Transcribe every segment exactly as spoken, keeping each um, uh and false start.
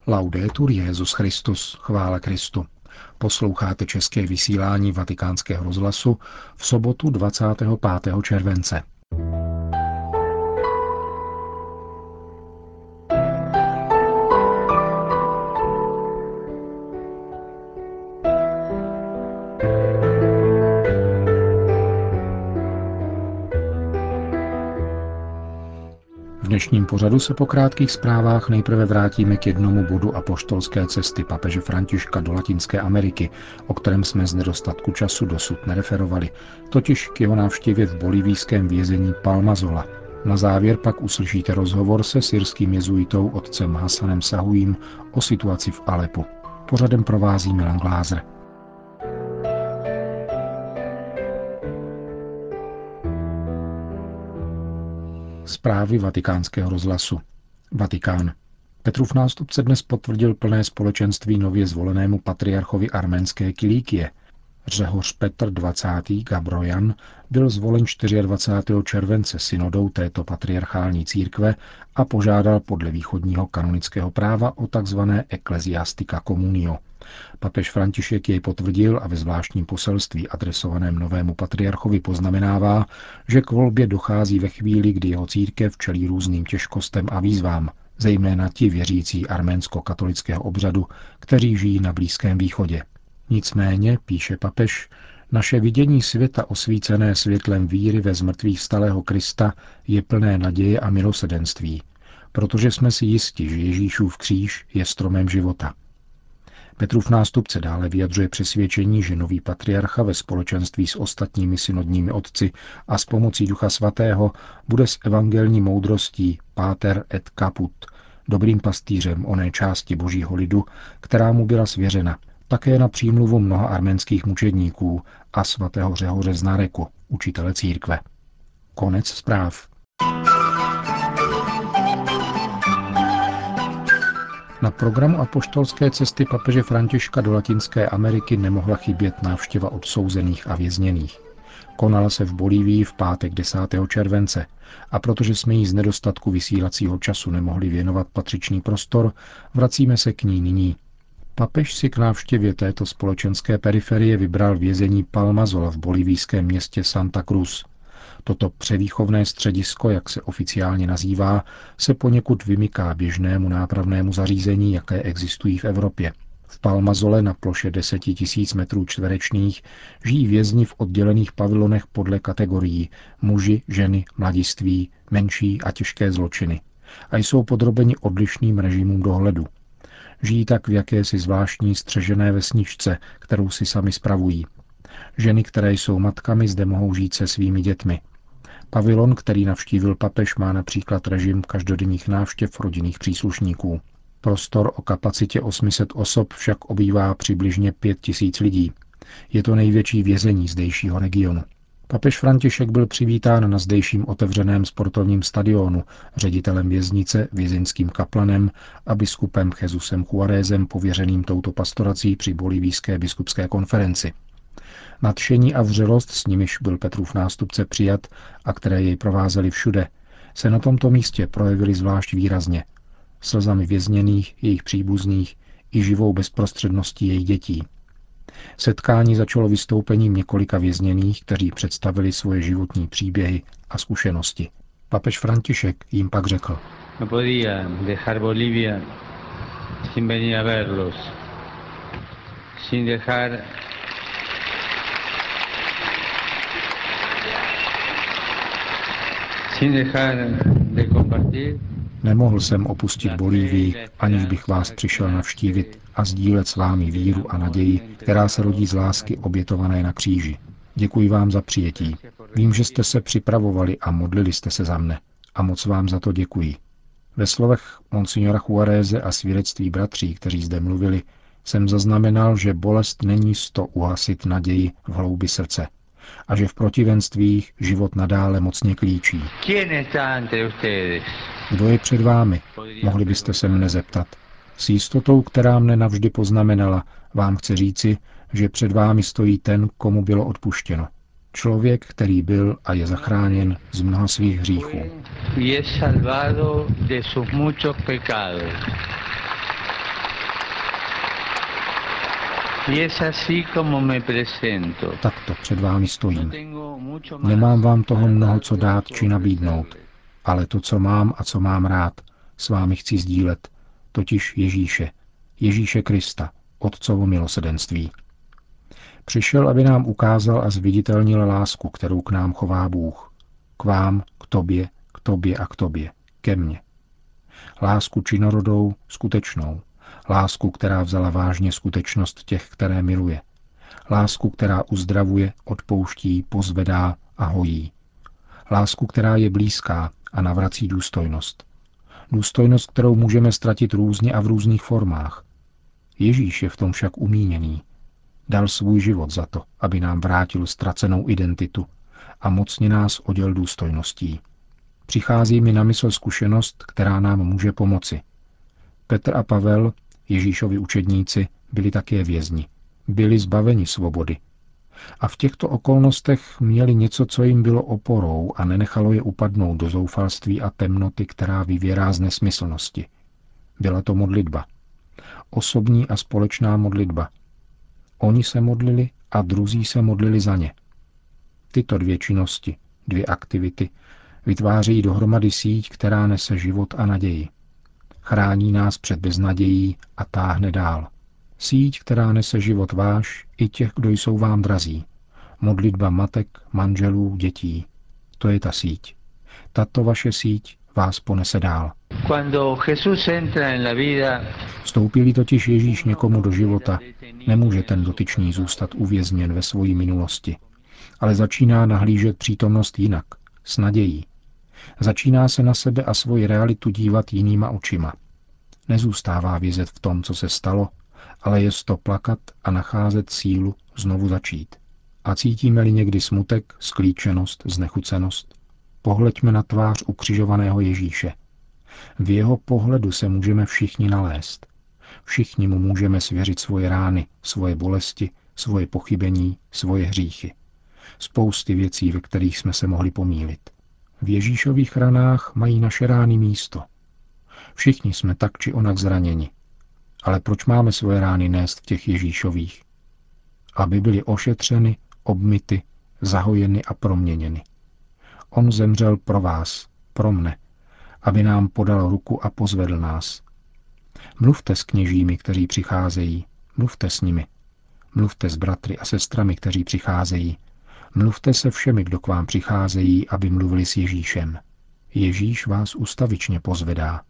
Laudetur Jesus Christus, chvála Kristu. Posloucháte české vysílání Vatikánského rozhlasu v sobotu dvacátého pátého července. V dnešním pořadu se po krátkých zprávách nejprve vrátíme k jednomu bodu apoštolské cesty papeže Františka do Latinské Ameriky, o kterém jsme z nedostatku času dosud nereferovali, totiž k jeho návštěvě v bolivijském vězení Palmasola. Na závěr pak uslyšíte rozhovor se syrským jezuitou otcem Hasanem Sahuím o situaci v Alepu. Pořadem provází Milan Glázer. Zprávy Vatikánského rozhlasu. Vatikán. Petrův nástupce dnes potvrdil plné společenství nově zvolenému patriarchovi arménské Kilíkie. Řehoř Petr dvacátý. Gabrojan byl zvolen dvacátého čtvrtého července synodou této patriarchální církve a požádal podle východního kanonického práva o tzv. Ecclesiastica communio. Papež František jej potvrdil a ve zvláštním poselství adresovaném novému patriarchovi poznamenává, že k volbě dochází ve chvíli, kdy jeho církev čelí různým těžkostem a výzvám, zejména ti věřící arménsko-katolického obřadu, kteří žijí na Blízkém východě. Nicméně, píše papež, naše vidění světa osvícené světlem víry ve zmrtvýchvstalého Krista je plné naděje a milosrdenství, protože jsme si jisti, že Ježíšův kříž je stromem života. Petrův nástupce dále vyjadřuje přesvědčení, že nový patriarcha ve společenství s ostatními synodními otci a s pomocí Ducha Svatého bude s evangelní moudrostí Pater et Caput, dobrým pastýřem oné části božího lidu, která mu byla svěřena, také na přímluvu mnoha arménských mučedníků a svatého Řehoře z Nareku, učitele církve. Konec zpráv. Na programu apoštolské cesty papeže Františka do Latinské Ameriky nemohla chybět návštěva odsouzených a vězněných. Konala se v Bolívii v pátek desátého července a protože jsme jí z nedostatku vysílacího času nemohli věnovat patřičný prostor, vracíme se k ní nyní. Papež si k návštěvě této společenské periferie vybral vězení Palmasola v bolivijském městě Santa Cruz. Toto převýchovné středisko, jak se oficiálně nazývá, se poněkud vymyká běžnému nápravnému zařízení, jaké existují v Evropě. V Palmasole na ploše deset tisíc metrů čtverečných žijí vězni v oddělených pavilonech podle kategorií muži, ženy, mladiství, menší a těžké zločiny a jsou podrobeni odlišným režimům dohledu. Žijí tak v jakési zvláštní střežené vesničce, kterou si sami spravují. Ženy, které jsou matkami, zde mohou žít se svými dětmi. Pavilon, který navštívil papež, má například režim každodenních návštěv rodinných příslušníků. Prostor o kapacitě osm set osob však obývá přibližně pět tisíc lidí. Je to největší vězení zdejšího regionu. Papež František byl přivítán na zdejším otevřeném sportovním stadionu ředitelem věznice, vězeňským kaplanem a biskupem Jesusem Juarezem pověřeným touto pastorací při bolivijské biskupské konferenci. Nadšení a vřelost, s nimiž byl Petrův nástupce přijat a které jej provázely všude, se na tomto místě projevily zvlášť výrazně. Slzami vězněných, jejich příbuzných i živou bezprostředností jejich dětí. Setkání začalo vystoupením několika vězněných, kteří představili svoje životní příběhy a zkušenosti. Papež František jim pak řekl: No podía dejar Bolivia sin venir a verlos, sin dejar sin dejar de compartir. Nemohl jsem opustit Bolívii, aniž bych vás přišel navštívit a sdílet s vámi víru a naději, která se rodí z lásky obětované na kříži. Děkuji vám za přijetí. Vím, že jste se připravovali a modlili jste se za mne. A moc vám za to děkuji. Ve slovech monsignora Juareze a svědectví bratří, kteří zde mluvili, jsem zaznamenal, že bolest není sto uhasit naději v hloubi srdce a že v protivenstvích život nadále mocně klíčí. Kdo je před vámi? Mohli byste se mne zeptat. S jistotou, která mne navždy poznamenala, vám chci říci, že před vámi stojí ten, komu bylo odpuštěno. Člověk, který byl a je zachráněn z mnoha svých hříchů. Takto před vámi stojím. Nemám vám toho mnoho co dát či nabídnout, ale to, co mám a co mám rád, s vámi chci sdílet, totiž Ježíše, Ježíše Krista, Otcovo milosrdenství. Přišel, aby nám ukázal a zviditelnil lásku, kterou k nám chová Bůh. K vám, k tobě, k tobě a k tobě, ke mně. Lásku činorodou, skutečnou. Lásku, která vzala vážně skutečnost těch, které miluje. Lásku, která uzdravuje, odpouští, pozvedá a hojí. Lásku, která je blízká a navrací důstojnost. Důstojnost, kterou můžeme ztratit různě a v různých formách. Ježíš je v tom však umíněný. Dal svůj život za to, aby nám vrátil ztracenou identitu a mocně nás oděl důstojností. Přichází mi na mysl zkušenost, která nám může pomoci. Petr a Pavel, Ježíšovi učedníci, byli také vězni. Byli zbaveni svobody. A v těchto okolnostech měli něco, co jim bylo oporou a nenechalo je upadnout do zoufalství a temnoty, která vyvěrá z nesmyslnosti. Byla to modlitba. Osobní a společná modlitba. Oni se modlili a druzí se modlili za ně. Tyto dvě činnosti, dvě aktivity, vytvářejí dohromady síť, která nese život a naději. Chrání nás před beznadějí a táhne dál. Síť, která nese život váš i těch, kdo jsou vám drazí. Modlitba matek, manželů, dětí. To je ta síť. Tato vaše síť vás ponese dál. Vstoupí-li totiž Ježíš někomu do života, nemůže ten dotyčný zůstat uvězněn ve své minulosti, ale začíná nahlížet přítomnost jinak, s nadějí. Začíná se na sebe a svoji realitu dívat jinýma očima. Nezůstává vězet v tom, co se stalo, ale je to plakat a nacházet sílu znovu začít. A cítíme-li někdy smutek, sklíčenost, znechucenost, pohleďme na tvář ukřižovaného Ježíše. V jeho pohledu se můžeme všichni nalézt. Všichni mu můžeme svěřit svoje rány, svoje bolesti, svoje pochybení, svoje hříchy. Spousty věcí, ve kterých jsme se mohli pomýlit. V Ježíšových ranách mají naše rány místo. Všichni jsme tak či onak zraněni. Ale proč máme svoje rány nést v těch Ježíšových? Aby byly ošetřeny, obmyty, zahojeny a proměněny. On zemřel pro vás, pro mne, aby nám podal ruku a pozvedl nás. Mluvte s kněžími, kteří přicházejí, mluvte s nimi. Mluvte s bratry a sestrami, kteří přicházejí. Mluvte se všemi, kdo k vám přicházejí, aby mluvili s Ježíšem. Ježíš vás ustavičně pozvedá.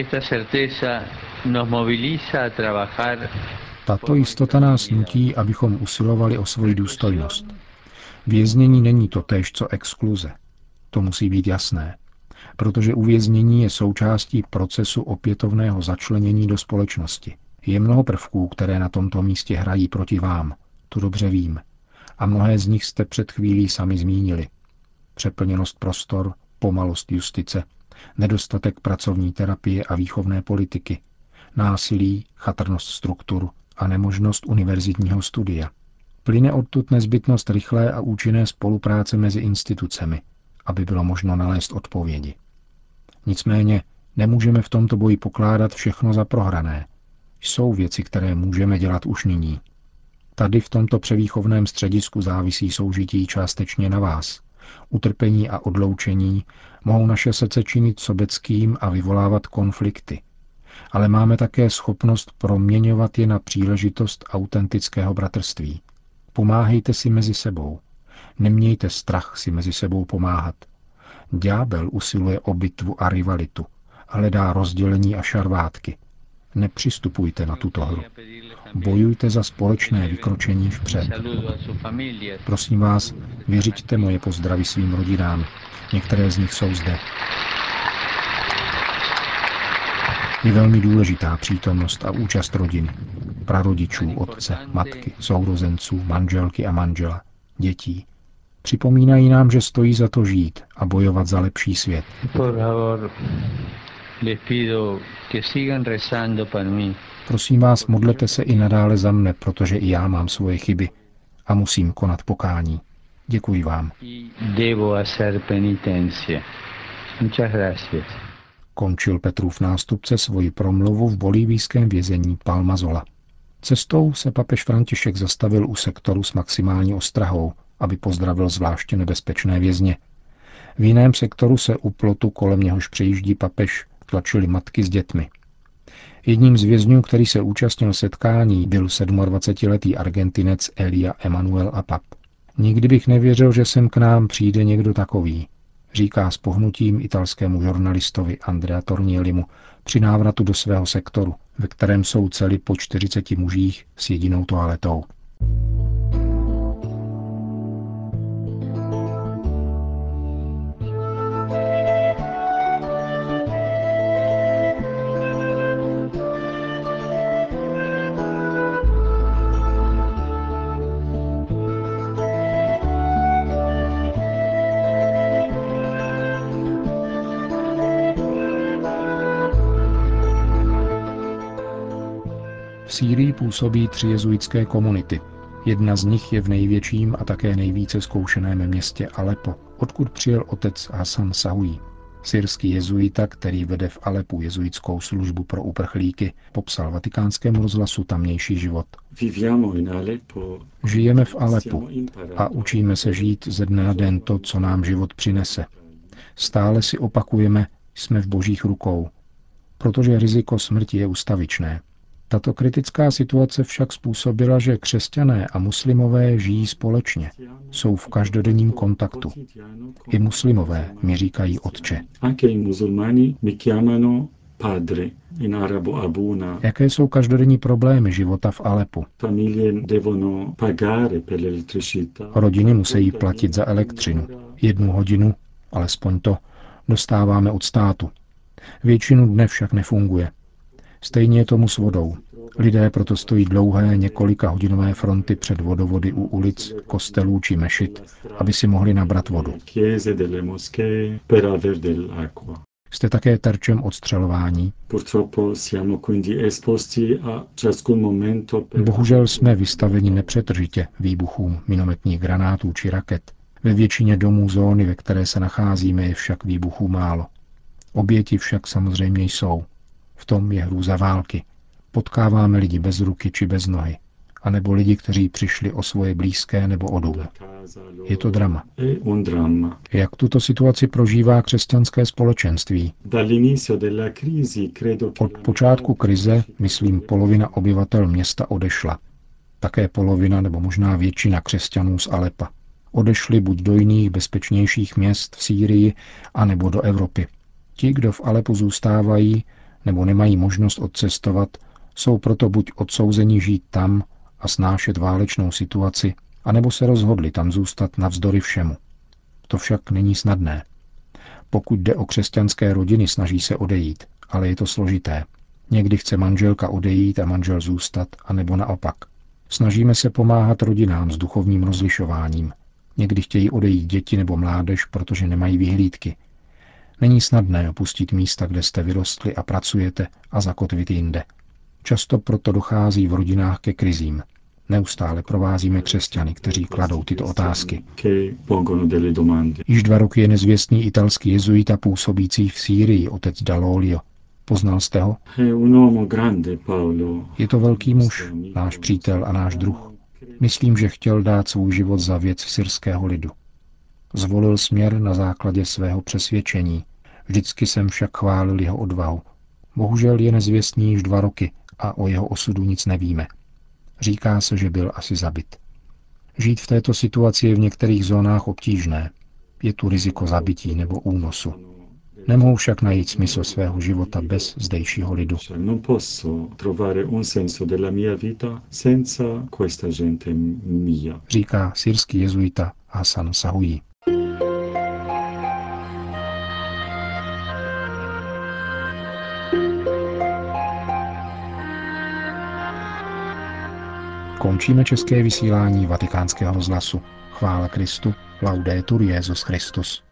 Tato jistota nás nutí, abychom usilovali o svoji důstojnost. Věznění není totéž, co exkluze. To musí být jasné, protože uvěznění je součástí procesu opětovného začlenění do společnosti. Je mnoho prvků, které na tomto místě hrají proti vám, to dobře vím. A mnohé z nich jste před chvílí sami zmínili. Přeplněnost prostor, pomalost justice, nedostatek pracovní terapie a výchovné politiky, násilí, chatrnost struktur a nemožnost univerzitního studia. Plyne odtud nezbytnost rychlé a účinné spolupráce mezi institucemi, aby bylo možno nalézt odpovědi. Nicméně nemůžeme v tomto boji pokládat všechno za prohrané. Jsou věci, které můžeme dělat už nyní. Tady v tomto převýchovném středisku závisí soužití částečně na vás. Utrpení a odloučení mohou naše srdce činit sobeckým a vyvolávat konflikty. Ale máme také schopnost proměňovat je na příležitost autentického bratrství. Pomáhejte si mezi sebou. Nemějte strach si mezi sebou pomáhat. Ďábel usiluje o bitvu a rivalitu. Hledá rozdělení a šarvátky. Nepřistupujte na tuto hru. Bojujte za společné vykročení vpřed. Prosím vás, vyřiďte moje pozdravy svým rodinám. Některé z nich jsou zde. Je velmi důležitá přítomnost a účast rodiny. Prarodičů, otce, matky, sourozenců, manželky a manžela, dětí. Připomínají nám, že stojí za to žít a bojovat za lepší svět. Prosím vás, modlete se i nadále za mne, protože i já mám svoje chyby a musím konat pokání. Děkuji vám. Končil Petrův nástupce svoji promluvu v bolívijském vězení Palmasola. Cestou se papež František zastavil u sektoru s maximální ostrahou, aby pozdravil zvláště nebezpečné vězně. V jiném sektoru se u plotu, kolem něhož přejíždí papež, tlačili matky s dětmi. Jedním z vězňů, který se účastnil setkání, byl sedmadvacetiletý Argentinec Elia Emanuel Apap. Nikdy bych nevěřil, že sem k nám přijde někdo takový, říká s pohnutím italskému žurnalistovi Andrea Tornielimu při návratu do svého sektoru, ve kterém jsou cely po čtyřiceti mužích s jedinou toaletou. V Sýrii působí tři jezuitské komunity. Jedna z nich je v největším a také nejvíce zkoušeném městě Aleppo, odkud přijel otec Hasan Sahují. Syrský jezuita, který vede v Aleppu jezuitskou službu pro uprchlíky, popsal Vatikánskému rozhlasu tamnější život. Žijeme v Aleppu a učíme se žít ze dne na den to, co nám život přinese. Stále si opakujeme, jsme v božích rukou, protože riziko smrti je ustavičné. Tato kritická situace však způsobila, že křesťané a muslimové žijí společně, jsou v každodenním kontaktu. I muslimové mi říkají otče. Jaké jsou každodenní problémy života v Aleppu? Rodiny musí platit za elektřinu. Jednu hodinu, alespoň to, dostáváme od státu. Většinu dne však nefunguje. Stejně je tomu s vodou. Lidé proto stojí dlouhé několika hodinové fronty před vodovody u ulic, kostelů či mešit, aby si mohli nabrat vodu. Jste také terčem odstřelování. Bohužel jsme vystaveni nepřetržitě výbuchům minometních granátů či raket. Ve většině domů zóny, ve které se nacházíme, je však výbuchů málo. Oběti však samozřejmě jsou. V tom je hrůza války. Potkáváme lidi bez ruky či bez nohy, anebo lidi, kteří přišli o svoje blízké nebo o dům. Je to drama. Jak tuto situaci prožívá křesťanské společenství? Od počátku krize, myslím, polovina obyvatel města odešla. Také polovina nebo možná většina křesťanů z Aleppa. Odešli buď do jiných bezpečnějších měst v Sýrii, anebo do Evropy. Ti, kdo v Aleppu zůstávají, nebo nemají možnost odcestovat, jsou proto buď odsouzeni žít tam a snášet válečnou situaci, anebo se rozhodli tam zůstat navzdory všemu. To však není snadné. Pokud jde o křesťanské rodiny, snaží se odejít, ale je to složité. Někdy chce manželka odejít a manžel zůstat, anebo naopak. Snažíme se pomáhat rodinám s duchovním rozlišováním. Někdy chtějí odejít děti nebo mládež, protože nemají vyhlídky. Není snadné opustit místa, kde jste vyrostli a pracujete, a zakotvit jinde. Často proto dochází v rodinách ke krizím. Neustále provázíme křesťany, kteří kladou tyto otázky. Již dva roky je nezvěstný italský jezuita působící v Sýrii, otec Dall'Olio. Poznal jste ho? Je to velký muž, náš přítel a náš druh. Myslím, že chtěl dát svůj život za věc syrského lidu. Zvolil směr na základě svého přesvědčení. Vždycky jsem však chválil jeho odvahu. Bohužel je nezvěstný již dva roky a o jeho osudu nic nevíme. Říká se, že byl asi zabit. Žít v této situaci je v některých zónách obtížné. Je tu riziko zabití nebo únosu. Nemohu však najít smysl svého života bez zdejšího lidu. Říká syrský jezuita Hasan Sahují. Končíme české vysílání Vatikánského rozhlasu. Chvála Kristu, laudetur Jesus Christus.